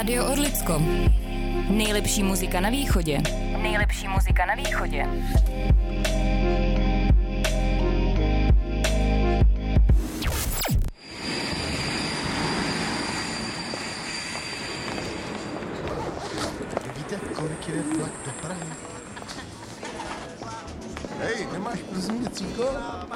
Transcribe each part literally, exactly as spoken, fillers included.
Rádio Orlicko. Nejlepší muzika na východě. Nejlepší muzika na východě. Víte, kolik jde vlak do Prahy? Hej, nemáš prosím mě cíko?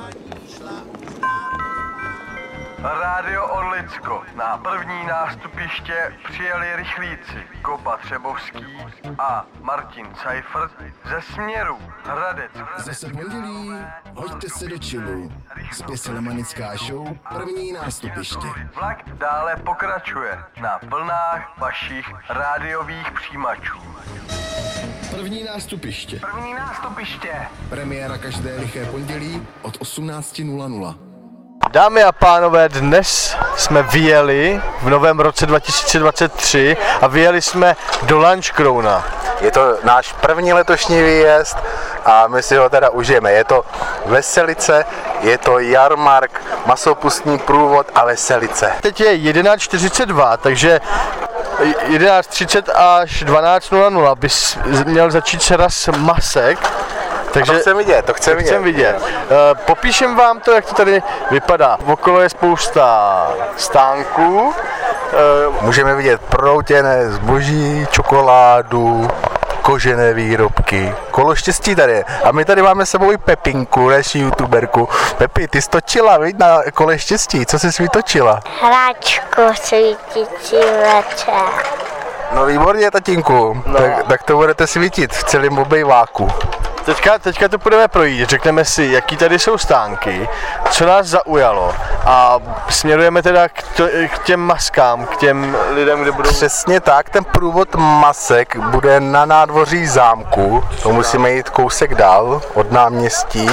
Rádio Orlicko. Na první nástupiště přijeli rychlíci Kopa Třebovský a Martin Seifert ze směru Hradec. Zase pondělí, hoďte se do čilu. Speciálemanická show, první nástupiště. Vlak dále pokračuje na vlnách vašich rádiových přijímačů. První nástupiště. První nástupiště. Premiéra každé liché pondělí od osmnáct nula nula. Dámy a pánové, dnes jsme vyjeli v novém roce dva tisíce dvacet tři a vyjeli jsme do Lanškrouna. Je to náš první letošní výjezd a my si ho teda užijeme. Je to veselice, je to jarmark, masopustní průvod a veselice. Teď je jedenáct čtyřicet dva, takže jedenáct třicet až dvanáct nula nula bys měl začít seraz masek. Takže to chcem vidět, to chcem vidět. Chcem vidět. Uh, popíšem vám to, jak to tady vypadá. Okolo je spousta stánků. Uh, Můžeme vidět proutěné zboží, čokoládu, kožené výrobky. Kolo štěstí tady je. A my tady máme s sebou i Pepinku, naši youtuberku. Pepi, ty jsi točila, viď, na kole štěstí. Co jsi vytočila? Hračku svítící večer. No výborně, tatínku. No. Tak, tak to budete svítit v celém obejváku. Teďka, teďka to budeme projít, řekneme si, jaký tady jsou stánky, co nás zaujalo a směrujeme teda k, to, k těm maskám, k těm lidem, kde budou... Přesně tak, ten průvod masek bude na nádvoří zámku, to musíme jít kousek dál od náměstí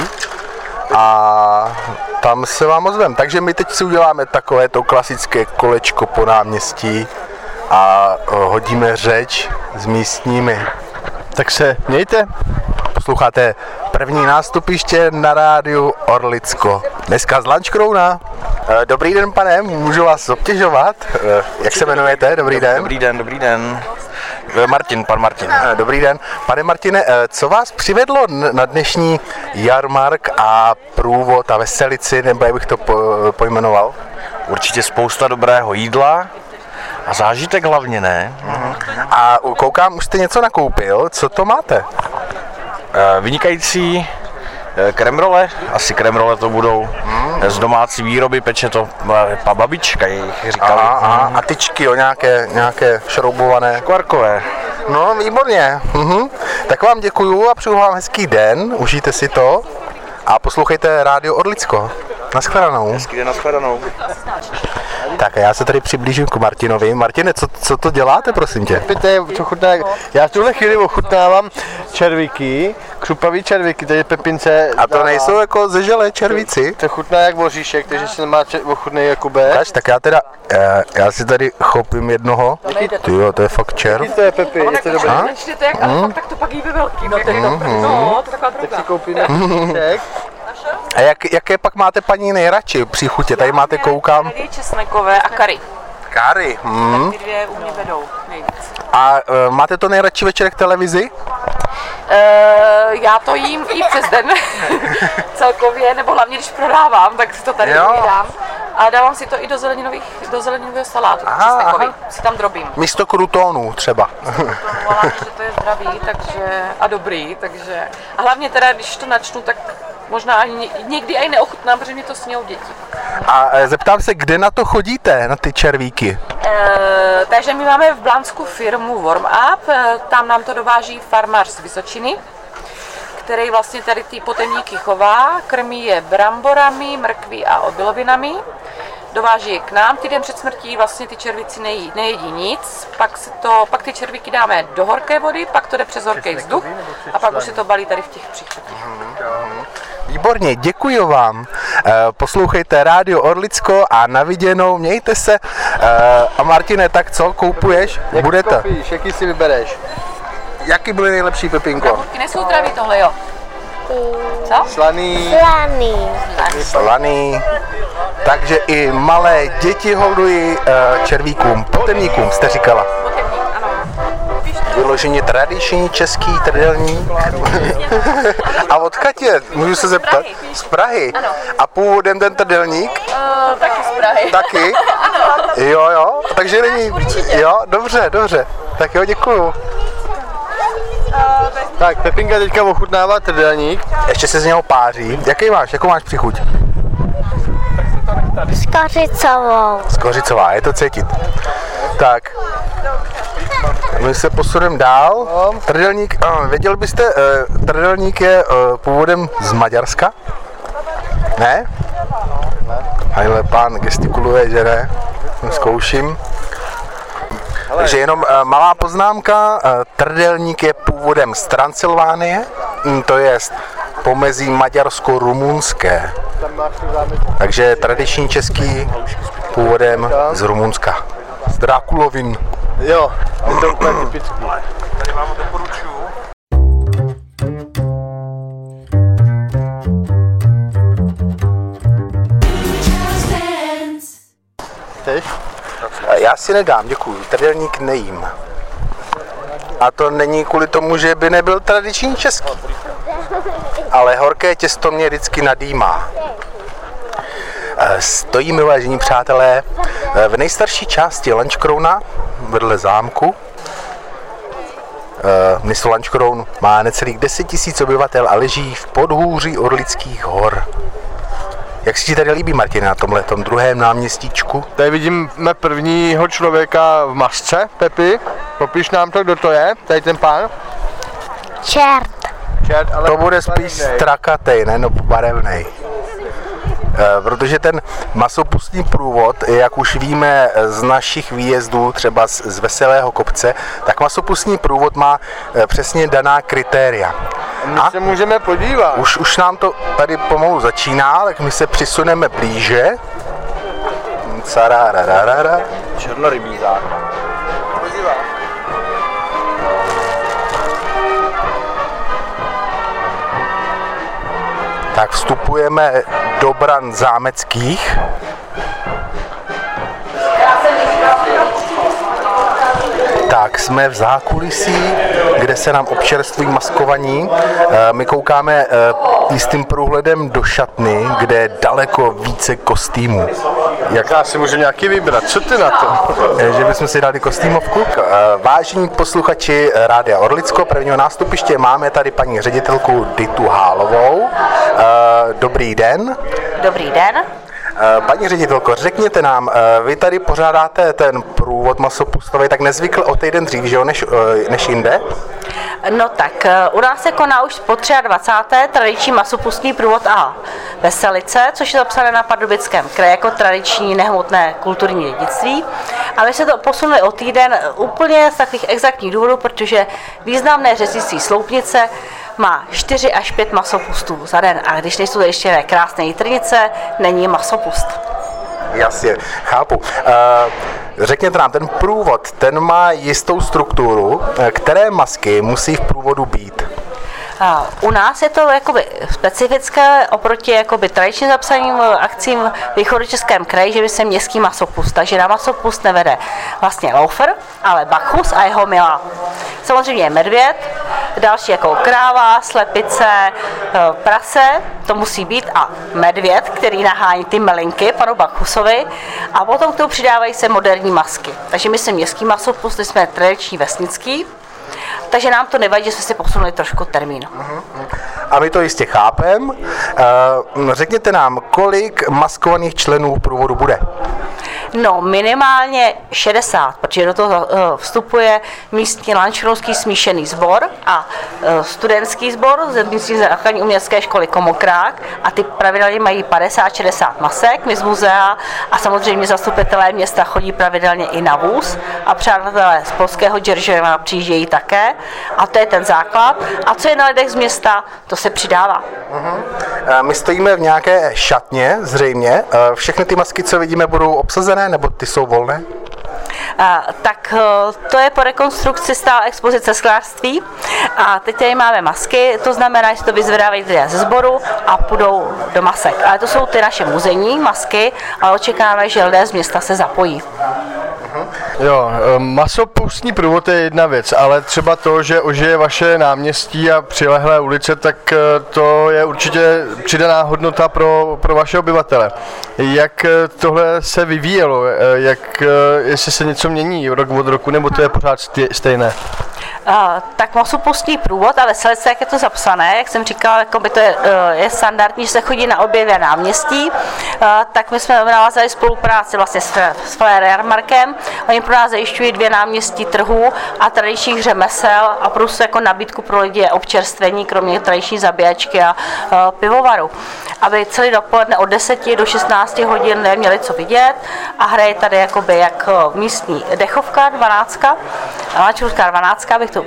a tam se vám ozvem. Takže my teď si uděláme takové to klasické kolečko po náměstí a hodíme řeč s místními. Tak se mějte. Posloucháte první nástupiště na rádiu Orlicko. Dneska z Lanškrouna. Dobrý den, pane, můžu vás obtěžovat? Jak se jmenujete? Dobrý den. Dobrý den, dobrý den. Martin, pan Martin. Dobrý den. Pane Martine, co vás přivedlo na dnešní jarmark a průvod a veselici, nebo jak bych to pojmenoval? Určitě spousta dobrého jídla. A zážitek hlavně, ne? Mhm. A koukám, už jste něco nakoupil, co to máte? Vynikající kremrole, asi kremrole to budou, mm. z domácí výroby, peče to pa babička, jich říkali. Aha, aha. A tyčky, jo, nějaké, nějaké šroubované. Škvarkové. No, výborně. Mhm. Tak vám děkuju a přeju vám hezký den, užijte si to a poslouchejte Rádio Orlicko. Naschledanou. Hezký den, naschledanou. Tak a já se tady přiblížím k Martinovi. Martine, co, co to děláte, prosím tě? Pepite, to chutná, já v tuhle chvíli ochutnávám červíky, křupavý červíky, tady Pepince. A to nejsou jako ze žele červíci? To chutná jak voříšek, takže si nemá ochutnej Jakube. Kaž, tak já teda, já, já si tady chopím jednoho. Ty jo, to je fakt červ. Jaký to je, Pepi, je to dobré? Když to jak, ale fakt tak to pak jí ve velký, no to je to, no, to taková tak si koupíme ček. A jak, jaké pak máte, paní, nejradši při chutě? Tady máte, koukám. Česnekové a kary. Kary, hm. Ty dvě u mě vedou nejvíc. A uh, máte to nejradši večer k televizi? Uh, já to jím i přes den celkově, nebo hlavně když prodávám, tak si to tady dám. A dávám si to i do zeleninových, do zeleninového salátu, česnekový, si tam drobím. Místo krutónů třeba. Hlavně, že to je zdravý, takže, a dobrý, takže, a hlavně teda, když to načnu, tak možná ani někdy ani neochutnám, protože mě to snějou děti. A zeptám se, kde na to chodíte, na ty červíky? E, takže my máme v Blansku firmu Warm Up, tam nám to dováží farmář z Vysočiny, který vlastně tady ty potemníky chová, krmí je bramborami, mrkví a obilovinami. Dováží je k nám, týden před smrtí vlastně ty červíci nejí, nejedí nic, pak, se to, pak ty červíky dáme do horké vody, pak to jde přes horký vzduch a pak už se to balí tady v těch příchodích. Výborně, děkuji vám. Poslouchejte Rádio Orlicko a na viděnou, mějte se. A Martine, tak co, koupuješ? Jak budete? Koupíš, jaký si vybereš? Jaký byly nejlepší, Pepinko? Bramborky nejsou zdraví tohle, jo? Co? Slaný. Slaný. Slaný. Takže i malé děti holdují červíkům, potemníkům, jste říkala. Potemníkům. Vyloženě tradiční český trdelník. A odkud je? Můžu se zeptat? Z Prahy. Ano. A původem ten trdelník? Uh, taky z Prahy. Taky? Ano. Jo, jo, takže není... Určitě. Jo, dobře, dobře. Tak jo, děkuju. Tak, Pepinka teďka ochutnává trdelník. Ještě se z něho páří. Jaký máš? Jakou máš příchuť? S kořicovou. Skořicová, je to cítit. Tak. My se posuneme dál. Trdelník, uh, věděl byste, uh, trdelník je uh, původem z Maďarska? Ne? Hajle, pán gestikuluje, že ne? Zkouším. Takže jenom uh, malá poznámka, uh, trdelník je původem z Transylvánie, mm, to je pomezí maďarsko-rumunské. Takže tradiční český původem z Rumunska. Z Drákulovin. Jo, je to úplně typický. Tady vám doporučuji. Chceš? Já si nedám, děkuju. Trdelník nejím. A to není kvůli tomu, že by nebyl tradiční český. Ale horké těsto mě vždycky nadýmá. Stojíme, vážení přátelé, v nejstarší části Lanškrouna, vedle zámku. Město Lanškroun má necelých deset tisíc obyvatel a leží v podhůří Orlických hor. Jak si ti tady líbí, Martina, na tomhletom druhém náměstíčku? Tady vidíme prvního člověka v masce, Pepi. Popiš nám to, kdo to je, tady ten pán. Čert. Čert, ale To bude spíš strakatej, ne, no barevnej. Protože ten masopustní průvod, jak už víme z našich výjezdů, třeba z, z Veselého kopce, tak masopustní průvod má přesně daná kritéria. My se můžeme podívat. Už, už nám to tady pomalu začíná, tak my se přisuneme blíže. Carararara. Černorybí základ. Tak vstupujeme do bran zámeckých. Tak jsme v zákulisí, kde se nám občerstvují maskovaní. My koukáme jistým průhledem do šatny, kde je daleko více kostýmů. Jak já si můžu nějaký vybrat, co ty na to? Že bychom si dali kostýmovku. Vážení posluchači Rádia Orlicko, prvního nástupiště máme tady paní ředitelku Ditu Hálovou. Dobrý den. Dobrý den. Paní ředitelko, řekněte nám, vy tady pořádáte ten průvod masopustový tak nezvykle o týden dřív, že jo, než, než jinde? No tak, u nás se koná už po dvacátého třetího tradiční masopustní průvod a veselice, což je zapsané na Pardubickém kraji jako tradiční nehmotné kulturní dědictví. A my se to posunuli o týden úplně z takových exaktních důvodů, protože významné řeznictví Sloupnice má čtyři až pět masopustů za den a když nejsou ještě krásné jitrnice, není masopust. Jasně, chápu. Řekněte nám, ten průvod, ten má jistou strukturu, které masky musí v průvodu být? U nás je to jakoby specifické oproti jakoby tradičně zapsaným akcím v východočeském kraji, že by se městský masopust, takže na masopust nevede vlastně loufer, ale Bacchus a jeho milá. Samozřejmě je medvěd, další jako kráva, slepice, prase, to musí být a medvěd, který nahání ty melinky panu Bacchusovi a potom k tomu přidávají se moderní masky. Takže my jsme městský masopust, jsme tradiční vesnický, takže nám to nevadí, že jsme si posunuli trošku termín. A my to jistě chápeme. Řekněte nám, kolik maskovaných členů průvodu bude? No, minimálně šedesát, protože do toho vstupuje místní lanškrounský smíšený sbor a studentský sbor ze místní základní umělecké školy Komokrák a ty pravidelně mají padesát šedesát masek, my z muzea a samozřejmě zastupitelé města chodí pravidelně i na vůz a přátelé z polského Dzeržina přijíždějí také a to je ten základ. A co je na lidech z města, to se přidává. Uh-huh. My stojíme v nějaké šatně, zřejmě. Všechny ty masky, co vidíme, budou obsazené, nebo ty jsou volné? A, tak to je po rekonstrukci stále expozice sklářství a teď tady máme masky, to znamená, že to vyzvedávají lidé ze sboru a půjdou do masek. Ale to jsou ty naše muzejní masky, ale očekáváme, že lidé z města se zapojí. Jo, masopustní průvod je jedna věc, ale třeba to, že ožije vaše náměstí a přilehlé ulice, tak to je určitě přidaná hodnota pro, pro vaše obyvatele. Jak tohle se vyvíjelo? Jak, jestli se něco mění rok od roku, nebo to je pořád stejné? Uh, tak masopustní průvod a veselice, jak je to zapsané, jak jsem říkala, jako by to je, uh, je standardní, že se chodí na obě dvě náměstí, uh, tak my jsme navázali spolupráci vlastně s, s Flér-Jarmarkem. Oni pro nás zajišťují dvě náměstí trhů a tradičních řemesel a prostě jako nabídku pro lidi je občerstvení, kromě tradiční zabíjačky a uh, pivovaru. Aby celý dopoledne od deseti do šestnácti hodin neměli co vidět a hraje tady jakoby jak místní dechovka, dvanáctka, lančurská dvanáctka, bych to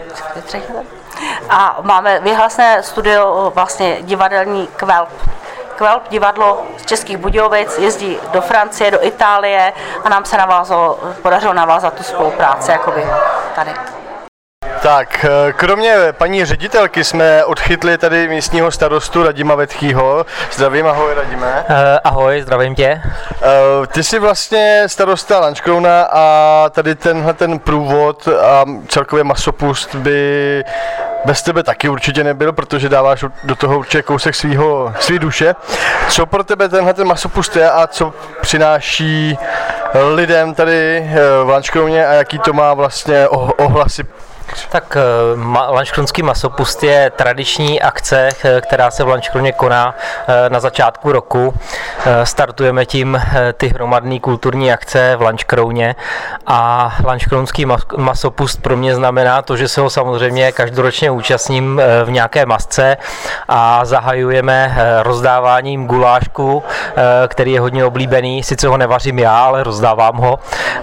a máme vyhlasné studio vlastně divadelní Kvelp. Kvelp divadlo z Českých Budějovic jezdí do Francie, do Itálie a nám se navázalo, podařilo navázat tu spolupráci jakoby tady. Tak, kromě paní ředitelky jsme odchytli tady místního starostu Radima Vetchýho. Zdravím, ahoj Radime. Uh, ahoj, zdravím tě. Uh, ty jsi vlastně starosta Lanškrouna a tady tenhle ten průvod a celkově masopust by bez tebe taky určitě nebyl, protože dáváš do toho určitě kousek svýho, svý duše. Co pro tebe tenhle ten masopust je a co přináší lidem tady v Lanškrouně a jaký to má vlastně ohlasy? Tak ma- Lanškrounský masopust je tradiční akce, která se v Lanškrouně koná na začátku roku. Startujeme tím ty hromadné kulturní akce v Lanškrouně a Lanškrounský masopust pro mě znamená to, že se ho samozřejmě každoročně účastním v nějaké masce a zahajujeme rozdáváním gulášku, který je hodně oblíbený, sice ho nevařím já, ale rozdávám ho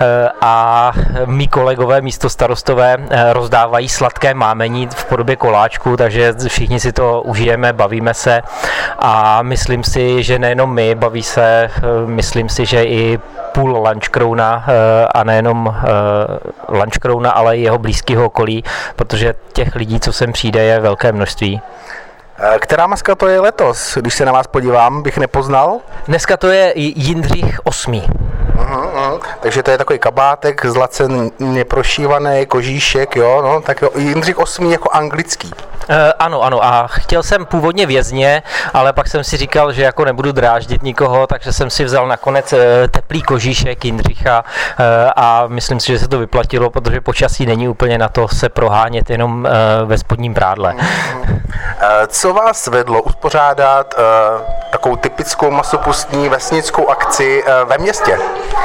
a mý kolegové místostarostové rozdávají dávají sladké mámení v podobě koláčku, takže všichni si to užijeme, bavíme se a myslím si, že nejenom my, baví se, myslím si, že i půl Lanškrouna a nejenom Lanškrouna, ale i jeho blízkého okolí, protože těch lidí, co sem přijde, je velké množství. Která maska to je letos? Když se na vás podívám, bych nepoznal. Dneska to je Jindřich osmý. Uhum, uhum. Takže to je takový kabátek zlaceně prošívaný, kožíšek, jo, no, tak jo, Jindřich osmý jako anglický. E, ano, ano, a chtěl jsem původně vězně, ale pak jsem si říkal, že jako nebudu dráždit nikoho, takže jsem si vzal nakonec e, teplý kožíšek Jindřicha e, a myslím si, že se to vyplatilo, protože počasí není úplně na to se prohánět jenom e, ve spodním prádle. Uhum. E, co vás vedlo uspořádat e, takovou typickou masopustní vesnickou akci e, ve městě?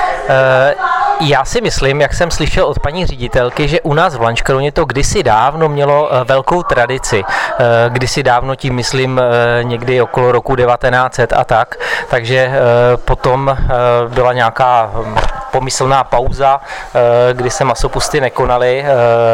Já si myslím, jak jsem slyšel od paní ředitelky, že u nás v Lanškrouně to kdysi dávno mělo velkou tradici. Kdysi dávno, tím myslím někdy okolo roku devatenáct set a tak. Takže potom byla nějaká pomyslná pauza, kdy se masopusty nekonaly.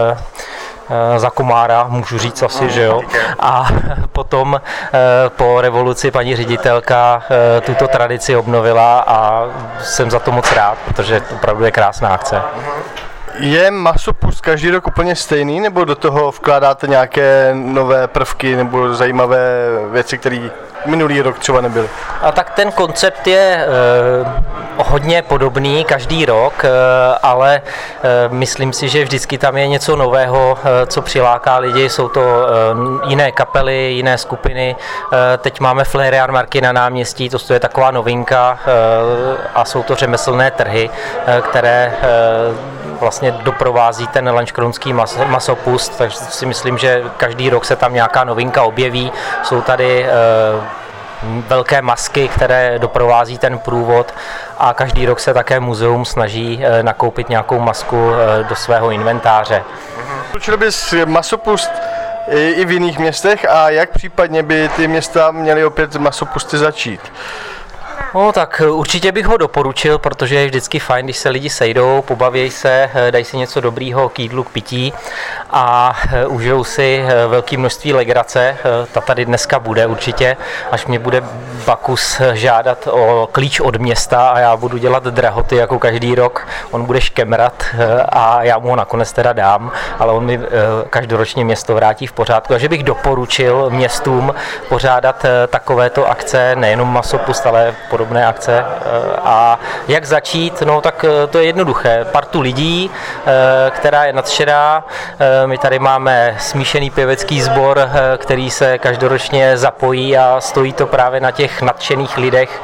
Za komára, můžu říct asi, že jo. A potom po revoluci paní ředitelka tuto tradici obnovila a jsem za to moc rád, protože to opravdu je krásná akce. Je masopust každý rok úplně stejný, nebo do toho vkládáte nějaké nové prvky nebo zajímavé věci, které minulý rok třeba nebyly? A tak ten koncept je e, hodně podobný každý rok, e, ale e, myslím si, že vždycky tam je něco nového, e, co přiláká lidi. Jsou to e, jiné kapely, jiné skupiny. E, teď máme Flér-Jarmarky na náměstí, to je taková novinka e, a jsou to řemeslné trhy, e, které e, vlastně doprovází ten lanškrounský mas, masopust, takže si myslím, že každý rok se tam nějaká novinka objeví. Jsou tady e, velké masky, které doprovází ten průvod a každý rok se také muzeum snaží e, nakoupit nějakou masku e, do svého inventáře. Učil bys masopust i, i v jiných městech a jak případně by ty města měly opět masopusty začít? No tak určitě bych ho doporučil, protože je vždycky fajn, když se lidi sejdou, pobaví se, dají si něco dobrýho k jídlu, k pití a užijou si velké množství legrace. Ta tady dneska bude určitě, až mě bude Bakus žádat o klíč od města a já budu dělat drahoty jako každý rok. On bude škemrat a já mu ho nakonec teda dám, ale on mi každoročně město vrátí v pořádku. Takže bych doporučil městům pořádat takovéto akce, nejenom masopust, ale podobné akce. A jak začít? No tak to je jednoduché. Partu lidí, která je nadšená. My tady máme smíšený pěvecký sbor, který se každoročně zapojí a stojí to právě na těch nadšených lidech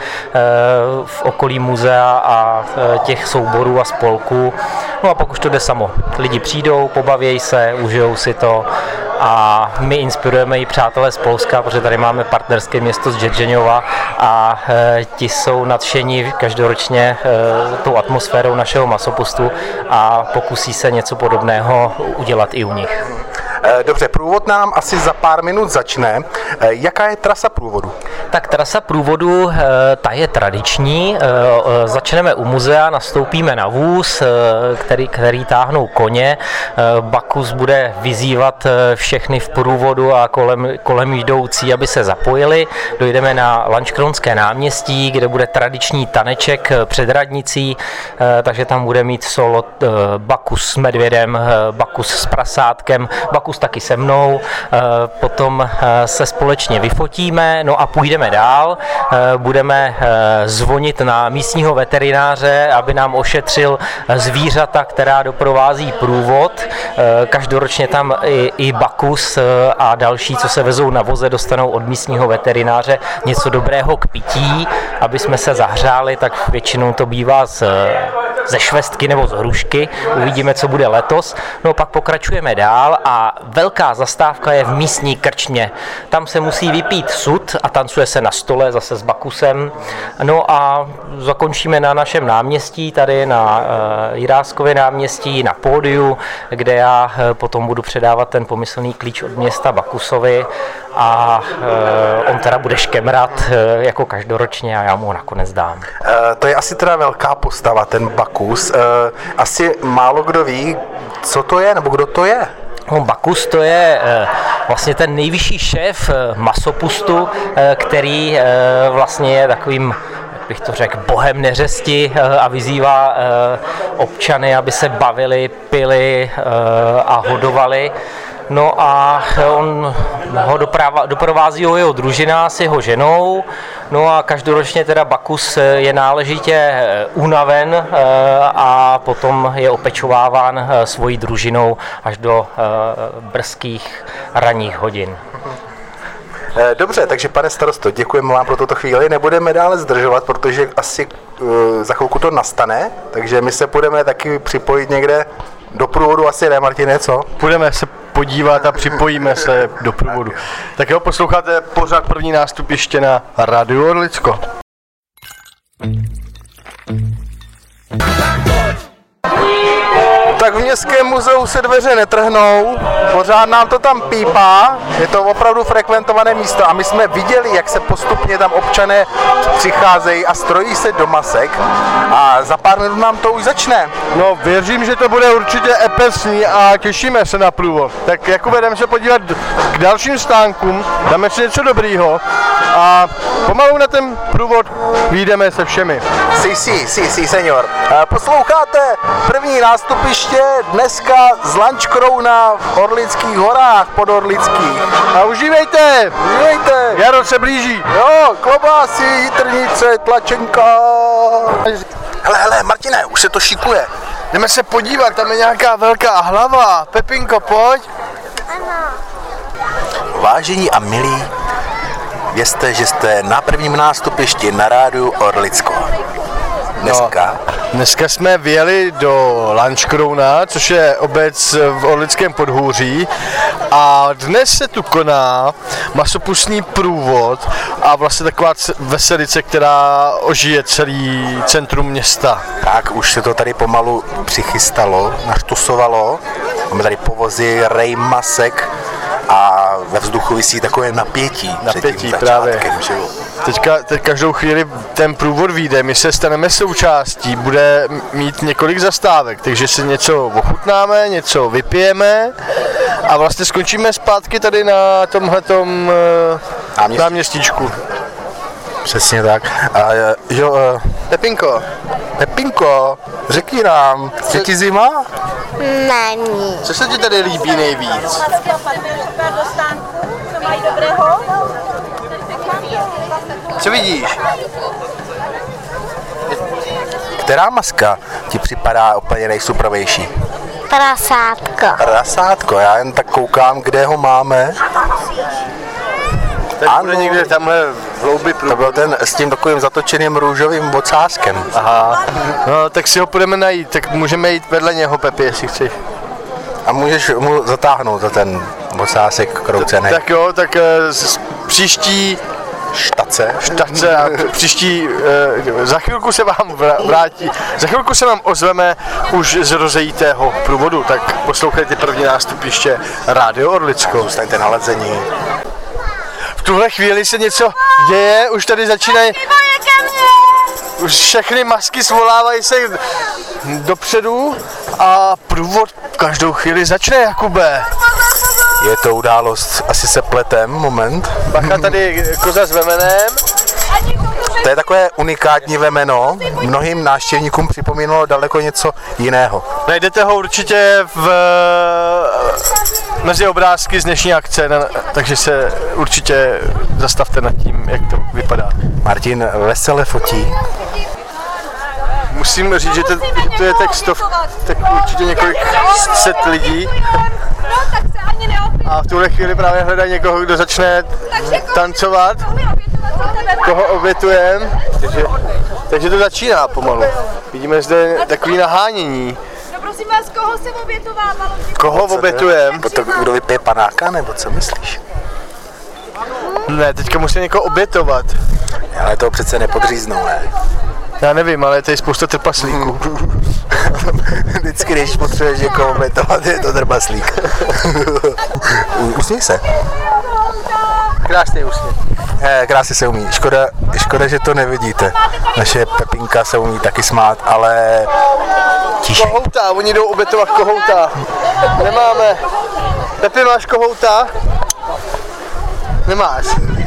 v okolí muzea a těch souborů a spolků. No a pokud to jde samo. Lidi přijdou, pobavějí se, užijou si to a my inspirujeme i přátelé z Polska, protože tady máme partnerské město z Děržeňova a e, ti jsou nadšení každoročně e, tou atmosférou našeho masopustu a pokusí se něco podobného udělat i u nich. Dobře, průvod nám asi za pár minut začne. Jaká je trasa průvodu? Tak trasa průvodu, ta je tradiční. Začneme u muzea, nastoupíme na vůz, který, který táhnou koně. Bakus bude vyzývat všechny v průvodu a kolem, kolem jdoucí, aby se zapojili. Dojdeme na Lanškronské náměstí, kde bude tradiční taneček před radnicí, takže tam bude mít solo Bakus s medvědem, Bakus s prasátkem, Bakus taky se mnou, potom se společně vyfotíme, no a půjdeme dál, budeme zvonit na místního veterináře, aby nám ošetřil zvířata, která doprovází průvod. Každoročně tam i, i Bakus a další, co se vezou na voze, dostanou od místního veterináře něco dobrého k pití, aby jsme se zahřáli, tak většinou to bývá z, ze švestky nebo z hrušky. Uvidíme, co bude letos. No pak pokračujeme dál a velká zastávka je v místní krčmě. Tam se musí vypít sud a tancuje se na stole zase s Bakusem. No a zakončíme na našem náměstí, tady na uh, Jiráskově náměstí, na pódiu, kde já uh, potom budu předávat ten pomyslný klíč od města Bakusovi a uh, on teda bude škemrat uh, jako každoročně a já mu ho nakonec dám. Uh, to je asi teda velká postava, ten Bakus. Uh, asi málo kdo ví, co to je, nebo kdo to je? No, Bakus to je e, vlastně ten nejvyšší šéf e, masopustu, e, který e, vlastně je takovým, jak bych to řekl, bohem neřesti e, a vyzývá e, občany, aby se bavili, pili e, a hodovali. No a on ho doprava, doprovází ho jeho družina s jeho ženou, no a každoročně teda Bakus je náležitě unaven a potom je opečováván svojí družinou až do brzkých ranních hodin. Dobře, takže pane starosto, děkujeme vám pro tuto chvíli, nebudeme dále zdržovat, protože asi uh, za chvilku to nastane, takže my se budeme taky připojit někde do průvodu, asi ne, Martine, co? Budeme se podívat a připojíme se do průvodu. Tak jo, posloucháte pořád První nástupiště na Rádiu Orlicko. Tak v Městském muzeu se dveře netrhnou, pořád nám to tam pípá, je to opravdu frekventované místo a my jsme viděli, jak se postupně tam občané přicházejí a strojí se do masek a za pár minut nám to už začne. No věřím, že to bude určitě epesní a těšíme se na průvod. Tak jako vedeme se podívat k dalším stánkům, dáme si něco dobrýho a pomalu na ten průvod vyjdeme se všemi. Sí, sí, sí, sí, senior. Posloucháte První nástupiště dneska z Lanškrouna v Orlických horách pod Orlických. A užívejte! Užívejte! Jaro se blíží. Jo, klobásy, jitrnice, tlačenka. Hele, hele, Martine, už se to šikuje. Jdeme se podívat, tam je nějaká velká hlava. Pepinko, pojď. Vážení a milí, vězte, že jste na prvním nástupišti na rádiu Orlicko. Dneska. No, dneska jsme vyjeli do Lanškrouna, což je obec v Orlickém podhůří a dnes se tu koná masopustní průvod a vlastně taková veselice, která ožije celý centrum města. Tak, už se to tady pomalu přichystalo, naštosovalo. Máme tady povozy, rej masek a ve vzduchu visí takové napětí. Napětí právě. Teďka, teď každou chvíli ten průvod vyjde, my se staneme součástí, bude mít několik zastávek, takže si něco ochutnáme, něco vypijeme a vlastně skončíme zpátky tady na tomhletom náměstí. náměstíčku. Přesně tak. A jo, Pepinko. Pepinko, řekni nám, je ti zima? Není. Co se ti tady líbí nejvíc? Co vidíš? Která maska ti připadá úplně nejsuprovější? Prasátko. Prasátko, já jen tak koukám, kde ho máme. Teď ano, bude někde tamhle v hloubi průvodu. To byl ten s tím takovým zatočeným růžovým ocáskem. Aha, no tak si ho půjdeme najít, tak můžeme jít vedle něho, Pepi, jestli chceš. A můžeš mu zatáhnout za ten ocásek kroucený. Tak jo, tak z příští štace, štace a příští, e, za chvilku se vám vrátí, za chvilku se vám ozveme už z rozejitého průvodu, tak poslouchejte první nástupiště Rádio Orlicko. Zůstaňte nalezení. V tuhle chvíli se něco děje, už tady začínají, už všechny masky svolávají se dopředu a průvod každou chvíli začne, Jakube. Je to událost, asi se pletem, moment. Bacha, tady koza s vemenem. To je takové unikátní vemeno, mnohým návštěvníkům připomínalo daleko něco jiného. Najdete ho určitě v, mezi obrázky z dnešní akce, takže se určitě zastavte nad tím, jak to vypadá. Martin vesele fotí. Musím říct, že to, to je tak, stov, tak určitě několik set lidí. A v tuhle chvíli právě hledají někoho, kdo začne tancovat, koho obětujeme, takže, takže to začíná pomalu. Vidíme zde takový nahánění. No prosím vás, koho se obětovávalo? Koho obětujeme? Kdo vypije panáka, nebo co myslíš? Ne, teďka musím někoho obětovat. Ale to přece nepodříznou, ne? Já nevím, ale je tady spousta trpaslíků. Vždycky, když potřebuješ někoho obětovat, je to trpaslík. Usmíj se. Krásný úsměv. He, krásně se umí. Škoda, škoda, že to nevidíte. Naše Pepinka se umí taky smát, ale tiše. Kohouta, oni jdou obětovat kohouta. Nemáme. Pepi, máš kohouta? Nemáš.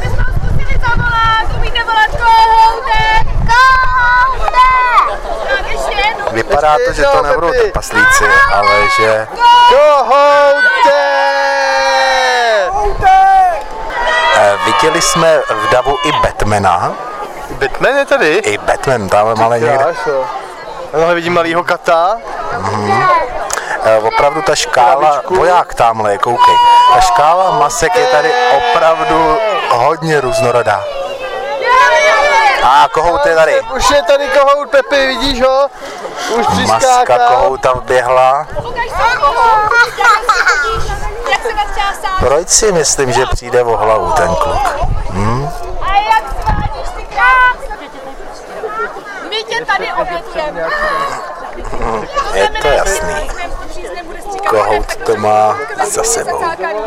Vypadá to, že to nebudou trpaslíci, ale že... Kohouté! Viděli jsme v davu i Batmana. Batman je tady? I Batman, tamhle malé někde. Tohle vidím malýho kata. Mm-hmm. E, opravdu ta škála, voják tamhle, koukej. Ta škála masek je tady opravdu hodně různorodá. A kohout je tady. Už je tady kohout, Pepi, vidíš ho? Už přiskákal. Maska kohouta vběhla. Proč si myslím, že přijde o hlavu ten kluk? Hm? My tě tady obětujeme. Hm, je to jasný. Kohout to má za sebou.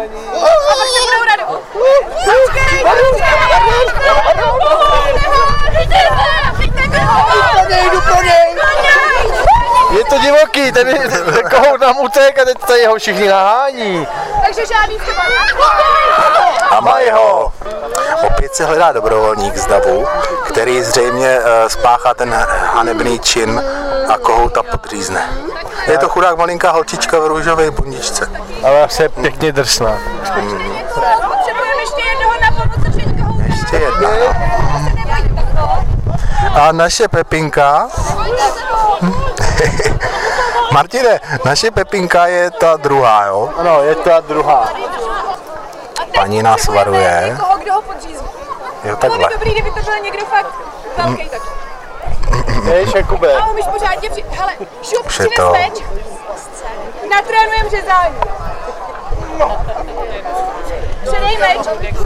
Je to divoký, tady ten kohout nám utek a teď tady ho všichni nahání. Takže žádný třeba. A mají ho. Opět se hledá dobrovolník z davu, který zřejmě spáchá ten hanebný čin a kohouta podřízne. Je to chudák malinká holčička v růžové bundičce. Ale asi je pěkně drsná. Hmm. Potřebujeme ještě jednoho na pomoc, že nikoho. Ještě jedna. A naše Pepinka... Martine, naše Pepinka je ta druhá, jo? Ano, je ta druhá. Paní nás varuje. Někoho, kdo ho podřízne. Jo, takhle. Dobrý, kdyby to byl někdo fakt velký tak. Jež, Jakube. A umíš pořádně při... Hele, šup, Už je přines to. meč. Natrénujem řezání. Předej meč.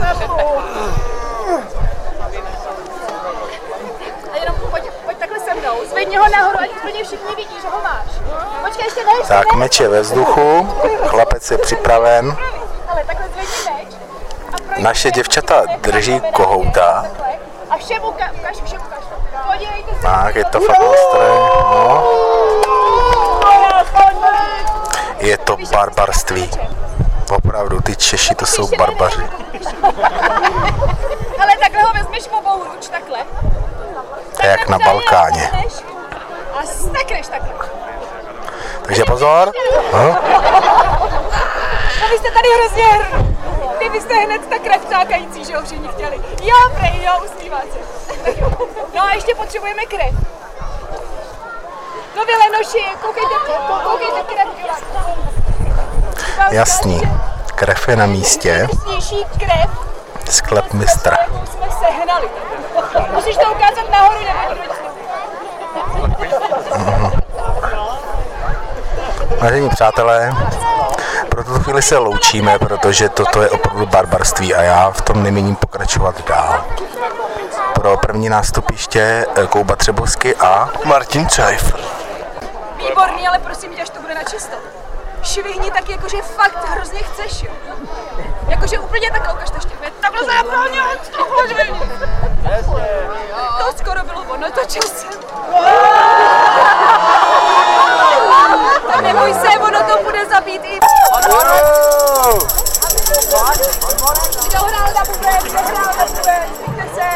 A jenom pojď, pojď takhle se mnou. Zvedni ho nahoru, ať úplně všichni vidí, že ho máš. Počkej, ještě ne, ještě Tak ne. meč je ve vzduchu, chlapec je připraven. Ale takhle zvedni meč. Naše děvčata drží kohouta. A všem ukaž, ukaž, všem ukaž. Podívejte se. Tak, je to fakt ostré. No. Je to barbarství. Opravdu, ty Češi to jsou barbaři. Ale takhle ho vezmeš obou ruč, takhle. To je jak na Balkáně. A stekneš takhle. Takže pozor. Hm? No vy jste tady hrozně hr... Vy byste hned tak krevcákající, že ho všichni chtěli. Jo, prej, jo, usmívá se. No a ještě potřebujeme krev. No vy lenoši, koukejte, koukejte krev. Jasný, krev je na místě. Nejsnější krev. Sklep mistra. Jsme sehnali. Musíš to ukázat nahoru, nebo Vážení přátelé, pro tuto chvíli se loučíme, protože toto je opravdu barbarství a já v tom nemíním pokračovat dál. Pro první nástupiště Kouba Třebosky a Martin Čajf. Výborný, ale prosím tě, až to bude na čisto. Švihni tak, jakože fakt hrozně chceš, jo. Jakože úplně takhle ukaž to štěpě. Takhle zábrání, takhle švihni. To skoro bylo ono, točil jsem. Tak neboj se, ono to bude zabít i... Kdo hrál na bubek, kdo hrál na bubek, zvíte se.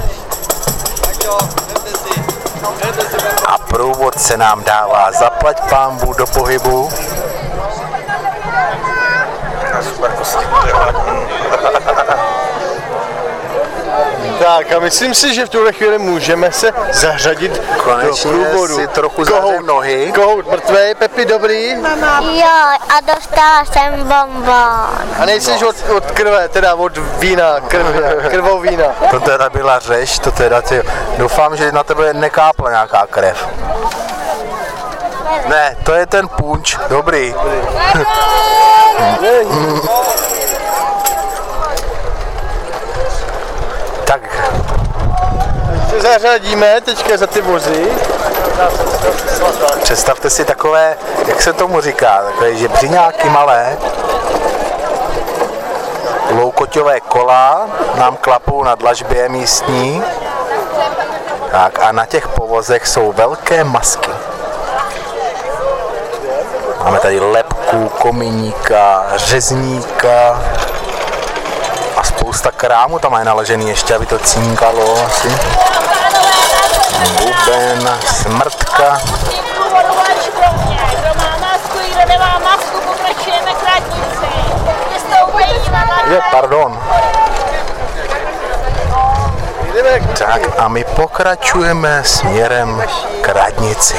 A průvod se nám dává zaplať pánbu do pohybu. Super kostlík. Tak a myslím si, že v tuhle chvíli můžeme se zařadit konečně do průvodu. Si trochu zařadím nohy. Kohout mrtvej, Pepi, dobrý? Jo, a dostala jsem bonbon. A nejseš od, od krve, teda od vína, krv, krvou vína. To teda byla řeš, to teda ty... Doufám, že na tebe nekápla nějaká krev. Ne, to je ten punč, dobrý. Tak. Se zařadíme teďka za ty vozy. Představte si takové, jak se tomu říká, takové žebřiňáky malé. Loukoťové kola nám klapou na dlažbě místní. Tak a na těch povozech jsou velké masky. Máme tady lebku, kominíka, řezníka a spousta krámu tam je naložený ještě, aby to cinkalo asi. Buben, smrtka. Kdo má masku, kdo nemá masku, pokračujeme k radnici. Vystoupení na radnici. Je, pardon. Tak a my pokračujeme směrem k radnici.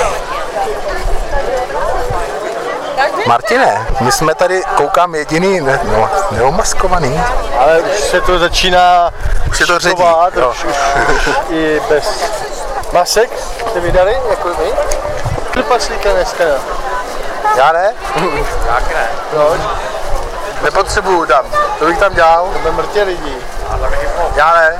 Martine, my jsme tady, koukám, jediný ne, no, neomaskovaný. Ale už se to začíná už se to ředí. Už, už, už i bez masek jste vydali, jako my? Trpaslíka dneska. Já ne? Jak ne? Proč? Nepotřebuju tam, to bych tam dělal. To by mrtě lidí. Já ne.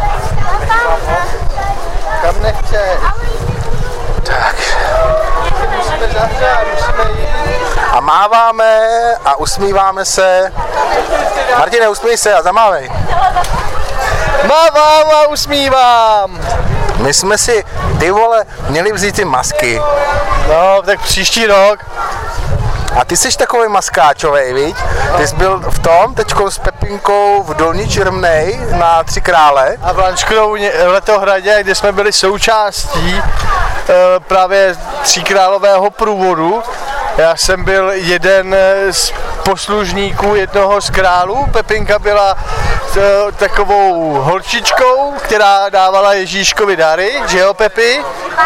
Kam nechceš? Tak. Musíme zahřát, musíme jít. A máváme a usmíváme se. Martine, usmíj se a zamávej. Mávám a usmívám. My jsme si, ty vole, měli vzít ty masky. No, tak příští rok. A ty jsi takový maskáčovej, viď? Ty jsi byl v tom, teďko s Pepinkou v Dolní Čermnej na Tři krále. A v Lanškrově v Letohradě, kde jsme byli součástí e, právě tříkrálového průvodu. Já jsem byl jeden z poslužníků jednoho z králů. Pepinka byla e, takovou holčičkou, která dávala Ježíškovi dary, že jo, Pepi?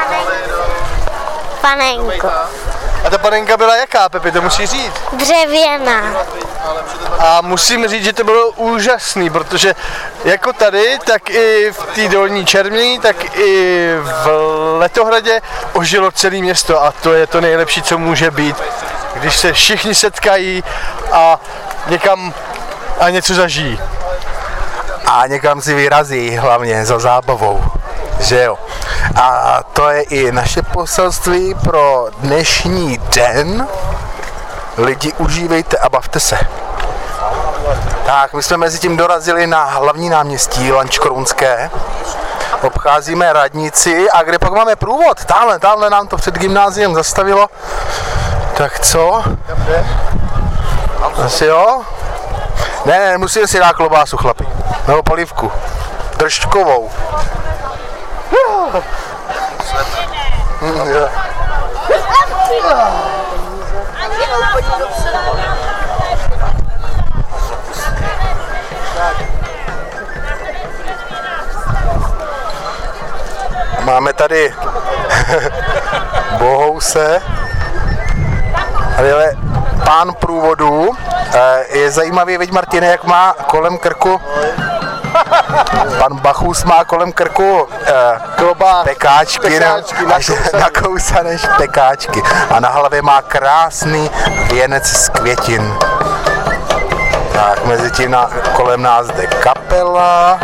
Panenko. A ta panenka byla jaká, Pepi, to musí říct? Dřevěná. A musím říct, že to bylo úžasný, protože jako tady, tak i v té Dolní Čermní, tak i v Letohradě ožilo celé město a to je to nejlepší, co může být, když se všichni setkají a někam a něco zažijí. A někam si vyrazí, hlavně za zábavou, že jo. A to je i naše poselství pro dnešní den. Lidi, užívejte a bavte se. Tak, my jsme mezi tím dorazili na hlavní náměstí Lanškrounské. Obcházíme radnici a kde pak máme průvod? Táhle, táhle nám to před gymnáziem zastavilo. Tak co? Asi jo? Ne, ne, musíme si dát klobásu, chlapi. Nebo polívku. Držďkovou. Máme tady Bohouse. Ale pán průvodu, je zajímavý, viď Martine, jak má kolem krku, pan Bachus má kolem krku Kloba, pekáčky, pekáčky nakousané pekáčky a na hlavě má krásný věnec z květin. Tak mezi tím na, kolem nás jde kapela,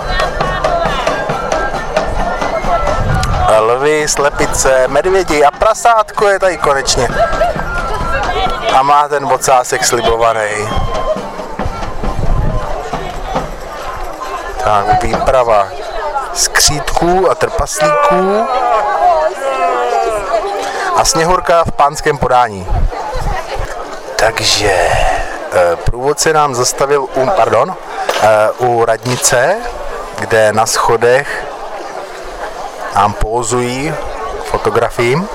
lvy, slepice, medvědi a prasátko je tady konečně. A má ten ocásek slibovaný. Tak, výprava skřítků a trpaslíků a Sněhurka v pánském podání. Takže průvodce nám zastavil u, pardon, u radnice, kde na schodech nám pózují fotografiím.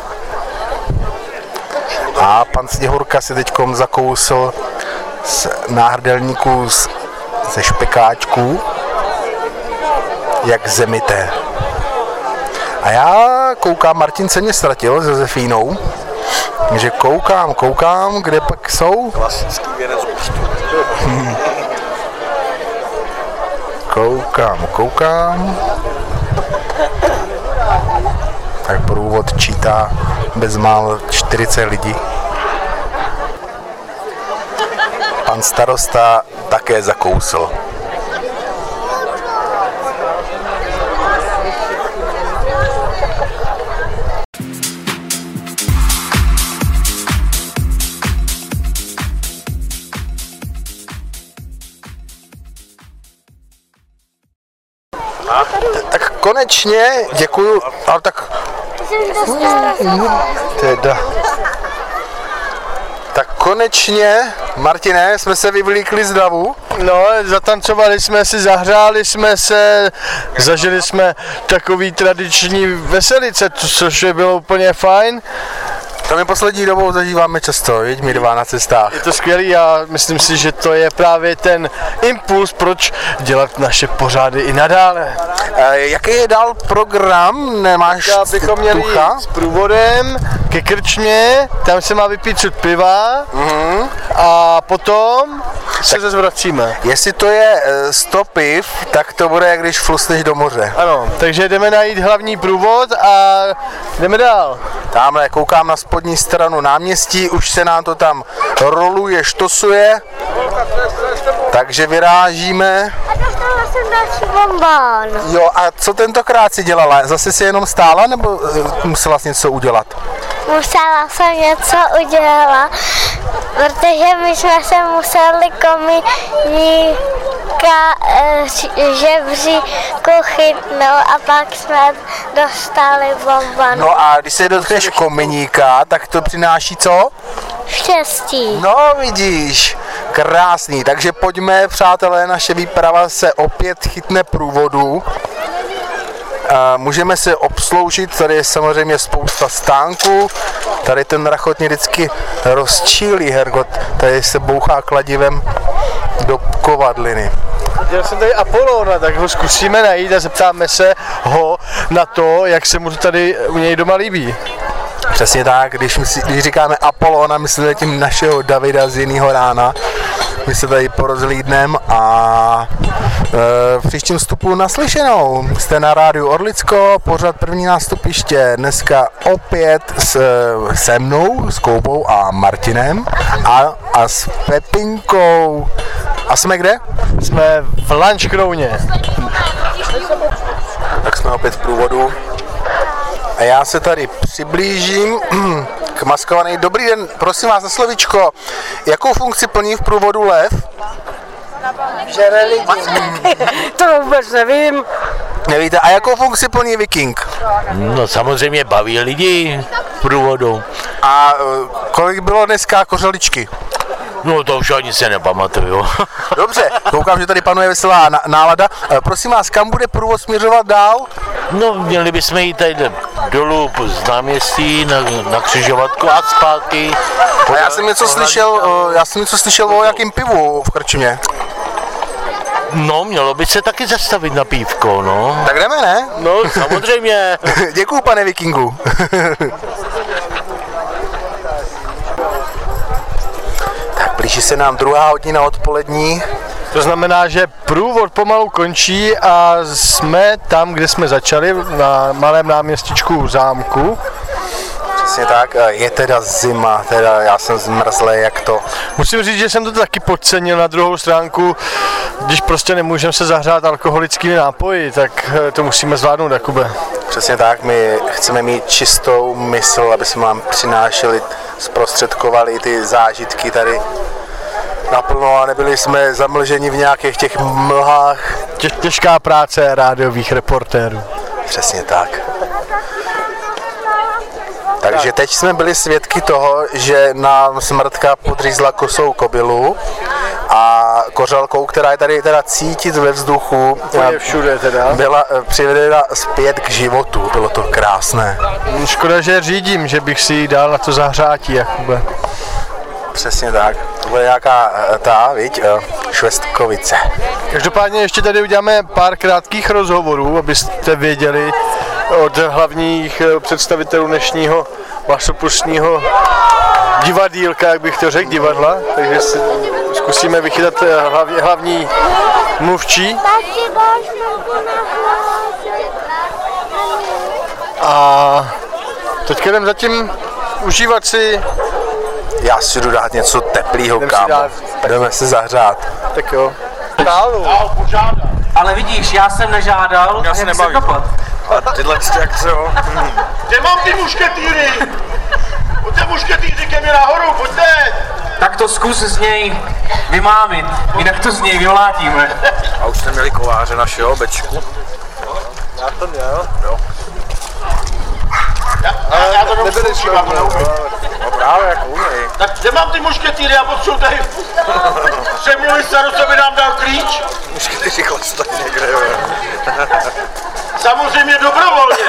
A pan Sněhurka si teďkom zakousl z náhrdelníků z, ze špekáčků, jak zemité. A já koukám, Martin se mě ztratil s Josefínou, že koukám, koukám, kde pak jsou. Klasický věnec účtu. Hmm. Koukám, koukám. Tak průvod čítá bezmála čtyřicet lidí. Pan starosta také zakousl. Tak konečně, děkuju, ale tak... Teda. Tak konečně, Martine, jsme se vyvlíkli z davu. No, zatancovali jsme si, zahřáli jsme se, zažili jsme takový tradiční veselice, což je bylo úplně fajn. To my poslední dobou zažíváme často, viď, my dva na cestách. Je to skvělý a myslím si, že to je právě ten impuls, proč dělat naše pořády i nadále. E, jaký je dál program? Nemáš tak, bychom měli tucha? S průvodem ke krčmě, tam se má vypít cud piva mm-hmm. a potom se zase vracíme. Jestli to je sto piv, tak to bude, jak když flusneš do moře. Ano, takže jdeme najít hlavní průvod a jdeme dál. Tamhle koukám na spodní stranu náměstí, už se nám to tam roluje, štosuje. Takže vyrážíme. A dostala jsem další bonbon. Jo, a co tentokrát si dělala? Zase si jenom stála, nebo uh, musela jsi něco udělat? Musela jsem něco udělat, protože my jsme se museli komíníka žebříku chytnout a pak jsme dostali bonbon. No a když se dotkneš kominíka, tak to přináší co? Štěstí. No vidíš, krásný. Takže pojďme, přátelé, naše výprava se opět chytne průvodu. Můžeme se obsloužit, tady je samozřejmě spousta stánků, tady ten rachotně vždycky rozčílí, Hergot, tady se bouchá kladivem do kovadliny. Já jsem tady Apolona, tak ho zkusíme najít a zeptáme se ho na to, jak se mu to tady u něj doma líbí. Přesně tak, když, myslí, když říkáme Apolona, myslíme tím našeho Davida z jiného rána. My se tady porozhlídneme a e, v příštím vstupu naslyšenou. Jste na rádiu Orlicko, pořad první nástupiště. Dneska opět s, se mnou, s Koubou a Martinem a, a s Pepinkou. A jsme kde? Jsme v Lanškrouně. Tak jsme opět v průvodu. A já se tady přiblížím k maskovaný. Dobrý den, prosím vás na slovíčko. Jakou funkci plní v průvodu lev? Žere lidi. To vůbec nevím. Nevíte, a jakou funkci plní viking? No samozřejmě baví lidi v průvodu. A kolik bylo dneska kořeličky? No to už ani se nepamatuju. Dobře, koukám, že tady panuje veselá nálada. Prosím vás, kam bude průvod směřovat dál? No, měli bychom jít tady dolů z náměstí na, na křižovatku a zpátky. A já jsem něco slyšel, já jsem něco slyšel o jakým pivu v krčmě. No, mělo by se taky zastavit na pívko, no. Tak jdeme, ne? No, samozřejmě. Děkuju, pane vikingu. blíží se nám druhá hodina odpolední. To znamená, že průvod pomalu končí a jsme tam, kde jsme začali, na malém náměstíčku zámku. Přesně tak, je teda zima, teda já jsem zmrzlej, jak to. Musím říct, že jsem to taky podcenil na druhou stránku, když prostě nemůžeme se zahřát alkoholickými nápoji, tak to musíme zvládnout, Jakube. Přesně tak, my chceme mít čistou mysl, aby jsme vám přinášeli, zprostředkovali ty zážitky tady naplno a nebyli jsme zamlženi v nějakých těch mlhách. Tě, těžká práce rádiových reportérů. Přesně tak. Takže teď jsme byli svědky toho, že nám smrtka podřízla kosou kobylu a kořalkou, která je tady teda cítit ve vzduchu, je všude teda. Byla přivedena zpět k životu, bylo to krásné. Škoda, že řídím, že bych si ji dal na to zahřátí, Jakube. Přesně tak, to bude nějaká ta, viď, Švestkovice. Každopádně ještě tady uděláme pár krátkých rozhovorů, abyste věděli od hlavních představitelů dnešního masopustního divadýlka, jak bych to řekl, divadla. Takže zkusíme vychytat hlavní, hlavní mluvčí. A teďka jdem zatím užívat si. Já si jdu dát něco teplýho, kámo. Jdeme se zahřát. Tak jo. Ale vidíš, já jsem nežádal, já se nebavím. A tyhle jak se jo. Kde mám ty mušketýry? Pojďte mušketýři ke mně nahoru, pojďte! Tak to zkus z něj vymámit, jinak to z něj vyvlátíme. A už jste měli kováře našeho, Bečku? Já to měl. Jo. Já, já, já to nebyli já to neumím. No právě, jak umej. Tak kde mám ty mušketýry? Já potřebuji tady přemluvit starost, aby nám dal klíč. Mušketýři chlastají někde, jo. Samozřejmě dobrovolně.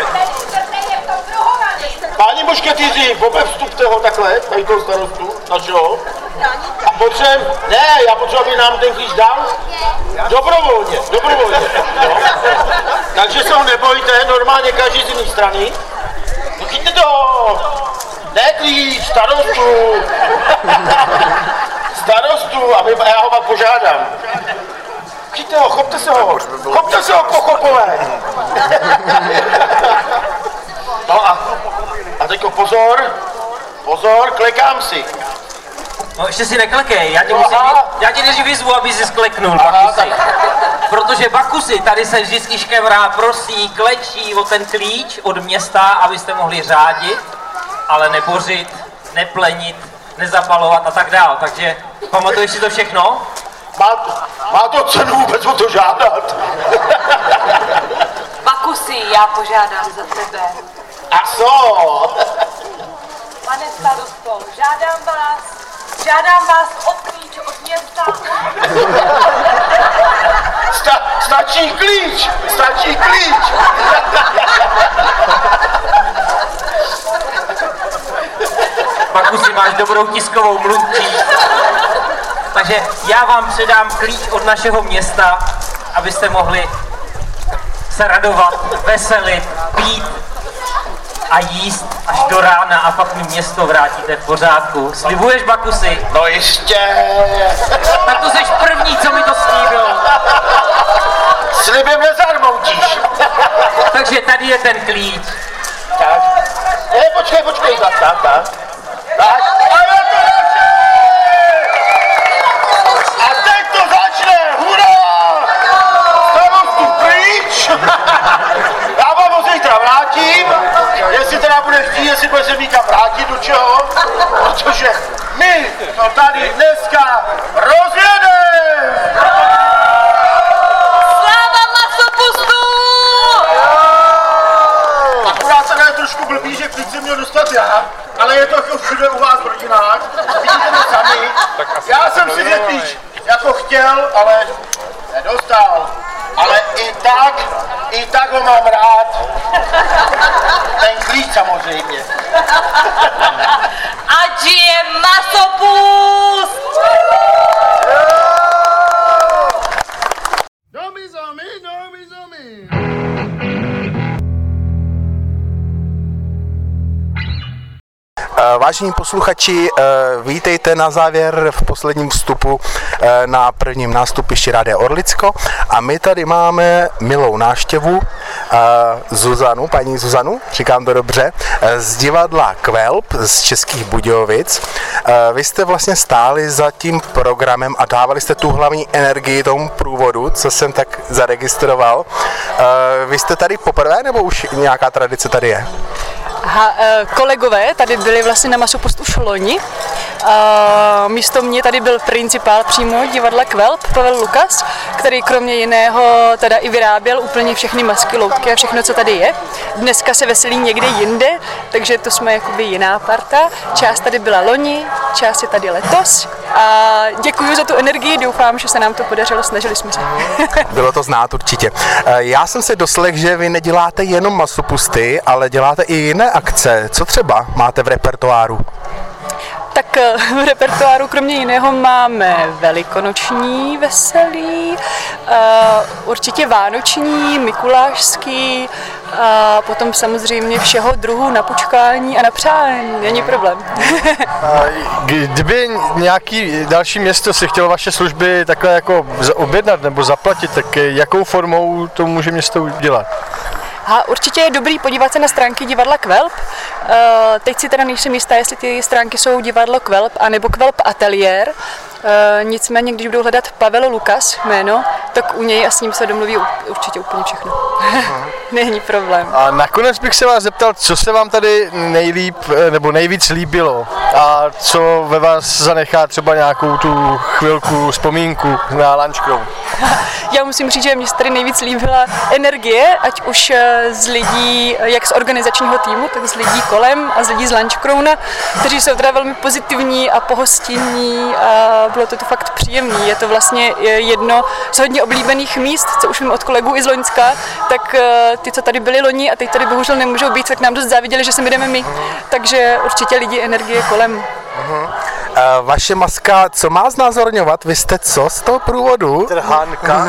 Páni mušketýři, vůbec vstupte ho takhle, tady toho starostu našeho. A potřebuji, ne, já potřebuji, aby nám ten klíč dal. Dobrovolně, dobrovolně. No. Takže se ho nebojte, normálně každý z jiné strany. No chyťte to! Ne klíč, starostu! Starostu, aby já ho pak požádám. Chyťte ho, chopte se ho! Chopte se ho, pochopové! No a, a teďko pozor, pozor, klekám si. No ještě si neklekej, já tě musím, já tě než vyzvu, aby jsi skleknul, Bakusy. Protože Bakusy tady se vždycky škemrá, prosí, klečí o ten klíč od města, abyste mohli řádit, ale nebořit, neplenit, nezapalovat a tak dál. Takže pamatuješ si to všechno? Má to, má to cenu vůbec o to žádat. Bakusy, já požádám za tebe. A co? Pane starosto, žádám vás, žádám vás o klíč od města. Sta, stačí klíč, stačí klíč. Bakusy, máš dobrou tiskovou mluvčí. Takže já vám předám klíč od našeho města, abyste mohli se radovat, veselit, pít a jíst až do rána a pak mi město vrátíte v pořádku. Slibuješ, Bakusy? No jistě. Tak to jsi první, co mi to slíbil. Slibem nezarmoutíš. Takže tady je ten klíč. Tak. Ne, počkej, počkej, tak, tak, tak. Tak. A teď to začne, hurá! Starostu pryč! Já vám ho zítra vrátím, jestli teda bude chtít, jestli bude se někam vrátit do čeho, protože my to tady dneska rozjedeme! Sláva masopustu! Akorát se je trošku blbý, že klíč jsem měl dostat já, ale je to jako všude u vás v rodinách, vidíte to sami. Já jsem si ten klíč jako chtěl, ale nedostal. Ale i tak, i tak ho mám rád. Ten klíč samozřejmě. Ať je masopust! Domi zomi, domi zomi. Vážení Vážení posluchači, vítejte na závěr v posledním vstupu na prvním nástupišti Rádia Orlicko a my tady máme milou návštěvu Zuzanu, paní Zuzanu, říkám to dobře, z divadla Kvelp z Českých Budějovic. Vy jste vlastně stáli za tím programem a dávali jste tu hlavní energii tomu průvodu, co jsem tak zaregistroval. Vy jste tady poprvé nebo už nějaká tradice tady je? Aha, kolegové tady byli vlastně na Masopost už loni. Místo mě tady byl principál přímo divadla Kvelp, Pavel Lukas, který kromě jiného teda i vyráběl úplně všechny masky, loutky a všechno, co tady je. Dneska se veselí někde jinde, takže to jsme jakoby jiná parta. Část tady byla loni, část je tady letos. A děkuji za tu energii, doufám, že se nám to podařilo, snažili jsme se. Bylo to znát určitě. Já jsem se doslech, že vy neděláte jenom masopusty, ale děláte i jiné akce. Co třeba máte v repertoáru? Tak v repertoáru kromě jiného máme velikonoční veselí, určitě vánoční, mikulášský, a potom samozřejmě všeho druhu na počkání a na přání, není problém. Kdyby nějaký další město si chtělo vaše služby takhle jako objednat nebo zaplatit, tak jakou formou to může město udělat? A určitě je dobrý podívat se na stránky divadla Kvelp. Teď si teda nejsem jistá, jestli ty stránky jsou divadlo Kvelp anebo Kvelp Ateliér. Nicméně, když budou hledat Pavel Lukas jméno, tak u něj a s ním se domluví určitě úplně všechno. Není problém. A nakonec bych se vás zeptal, co se vám tady nejlíp nebo nejvíc líbilo a co ve vás zanechá třeba nějakou tu chvilku vzpomínku na Lunchcrown. Já musím říct, že mě se tady nejvíc líbila energie, ať už z lidí, jak z organizačního týmu, tak z lidí kolem a z lidí z Lunchcrowna, kteří jsou teda velmi pozitivní a pohostinní a bylo to tu fakt příjemný. Je to vlastně jedno z hodně oblíbených míst, co už vím od kolegů i z Loňska, tak ty, co tady byli loni a teď tady bohužel nemůžou být, tak nám dost záviděli, že sem jdeme my. Takže určitě lidi energie kolem. Uh-huh. Uh, vaše maska, co má znázorňovat? Vy jste co z toho průvodu? Trhánka.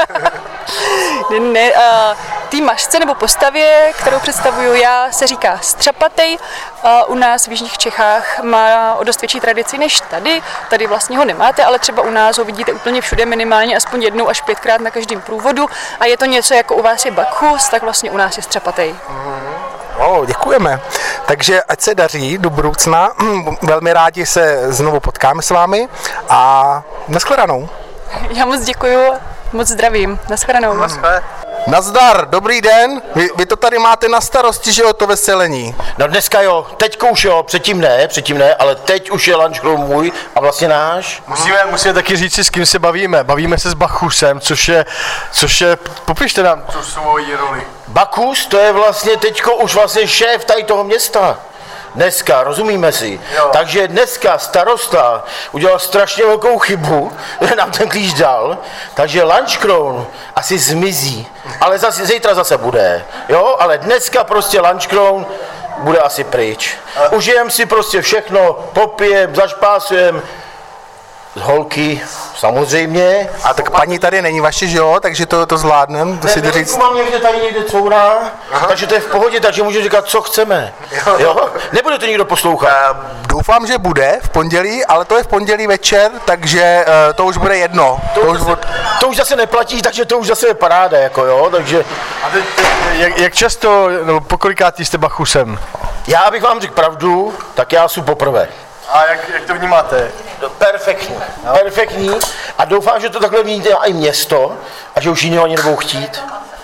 ne, uh, tý masce nebo postavě, kterou představuju já, se říká střapatej. Uh, u nás v jižních Čechách má o dost větší tradici než tady. Tady vlastně ho nemáte, ale třeba u nás ho vidíte úplně všude, minimálně aspoň jednou až pětkrát na každém průvodu. A je to něco jako u vás je Bacchus, tak vlastně u nás je střapatej. Oh, děkujeme. Takže ať se daří do budoucna. Velmi rádi se znovu potkáme s vámi a nashledanou. Já moc děkuju, moc zdravím. Nashledanou. Nazdar, dobrý den. Vy, vy to tady máte na starosti, že jo, to veselení? No dneska jo, teďko už jo, předtím ne, předtím ne, ale teď už je Lunchcrown můj a vlastně náš. Musíme, musíme taky říct si, s kým se bavíme. Bavíme se s Bacchusem, což je, což je, popište nám tu svoji roli. Bacchus, to je vlastně teďko už vlastně šéf tady toho města. Dneska, rozumíme si. Jo. Takže dneska starosta udělal strašně velkou chybu, že nám ten klíč dal, takže Lunchcrown asi zmizí, ale zase, zítra zase bude, jo, ale dneska prostě Lunchcrown bude asi pryč. Užijem si prostě všechno, popijem, zašpásujem, z holky, samozřejmě. A tak paní tady není vaše, že jo, takže to, to zvládnem, to ne, si říct. Mám někde tady někde courá, takže to je v pohodě, takže můžu říkat, co chceme. Jo, jo? Nebude to nikdo poslouchat. Uh, doufám, že bude v pondělí, ale to je v pondělí večer, takže uh, to už bude jedno. To, to, už, zase, to už zase neplatí, takže to už zase je paráda, jako jo, takže... A teď, jak, jak často, no pokolikátý jste Bacchusem? Já, abych vám řekl pravdu, tak já jsem poprvé. A jak, jak to vnímáte? Perfektní, no. Perfektní a doufám, že to takhle vnímáte i město a že už jiného ani nebudou chtít.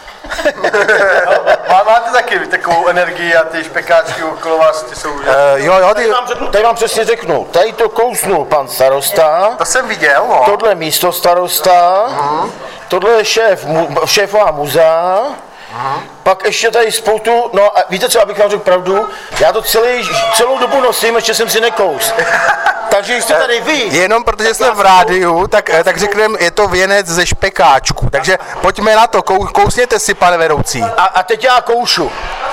Má, máte taky takovou energii a ty špekáčky okolo vás, ty jsou... Uh, jo, jo, ty... Tady vám, řeknu, tady vám přesně řeknu, tady to kousnul pan starosta. To jsem viděl, no. Tohle místo starosta, uh-huh. Tohle je šéf, mu, šéfová muzea. Aha. Pak ještě tady spoustu, no a víte co, abych vám řekl pravdu, já to celý, celou dobu nosím, ještě jsem si nekous. Takže jste tady vy. Jenom protože jsme v rádiu, tak, tak řekneme, je to věnec ze špekáčku. Takže pojďme na to, kou, kousněte si, pane vedoucí. A, a teď já koušu.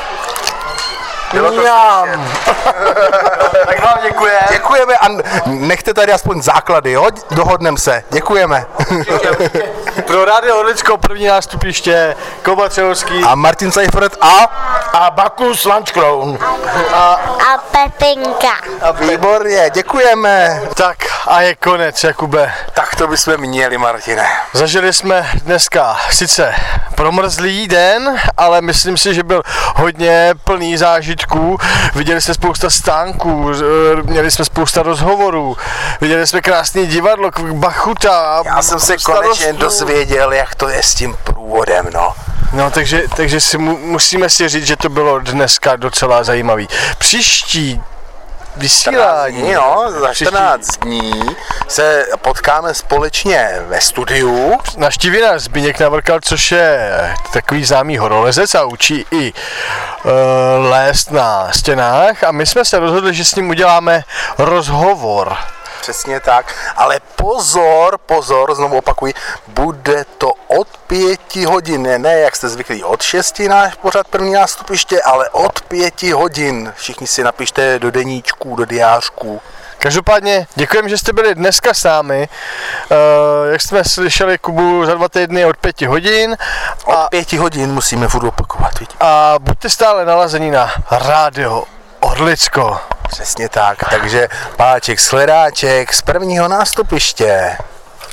Tak vám děkujeme. Děkujeme a nechte tady aspoň základy, jo? Dohodneme se. Děkujeme. Pro Rádio Orlicko první nástupiště, Kuba Třehovský a Martin Seifert a a Bakus Lunchcrown a, a Pepinka. A výborně, děkujeme. Tak a je konec, Jakube. Tak to bychom měli, Martine. Zažili jsme dneska sice promrzlý den, ale myslím si, že byl hodně plný zážitků. Viděli jsme spousta stánků, měli jsme spousta rozhovorů, viděli jsme krásný divadlo, Bachuta. Já jsem se starostu. konečně dozvěděl, jak to je s tím průvodem, no. No, takže, takže si mu, musíme si říct, že to bylo dneska docela zajímavý. Příští vysílání. Dní, no, za čtrnáct dní se potkáme společně ve studiu. Navštíví nás Zbyněk Navrkal, což je takový známý horolezec a učí i uh, lézt na stěnách a my jsme se rozhodli, že s ním uděláme rozhovor. Přesně tak, ale pozor, pozor, znovu opakuji, bude to od pěti hodin, ne, ne jak jste zvyklí, od šesti náš pořad první nástupiště, ale od pěti hodin. Všichni si napište do deníčků, do diářků. Každopádně děkujeme, že jste byli dneska s námi. Uh, jak jsme slyšeli Kubu za dva týdny od pěti hodin. Od a, pěti hodin musíme furt opakovat, vidíte. A buďte stále nalazení na Rádio Orlicko. Přesně tak, takže páček sledáček z prvního nástupiště.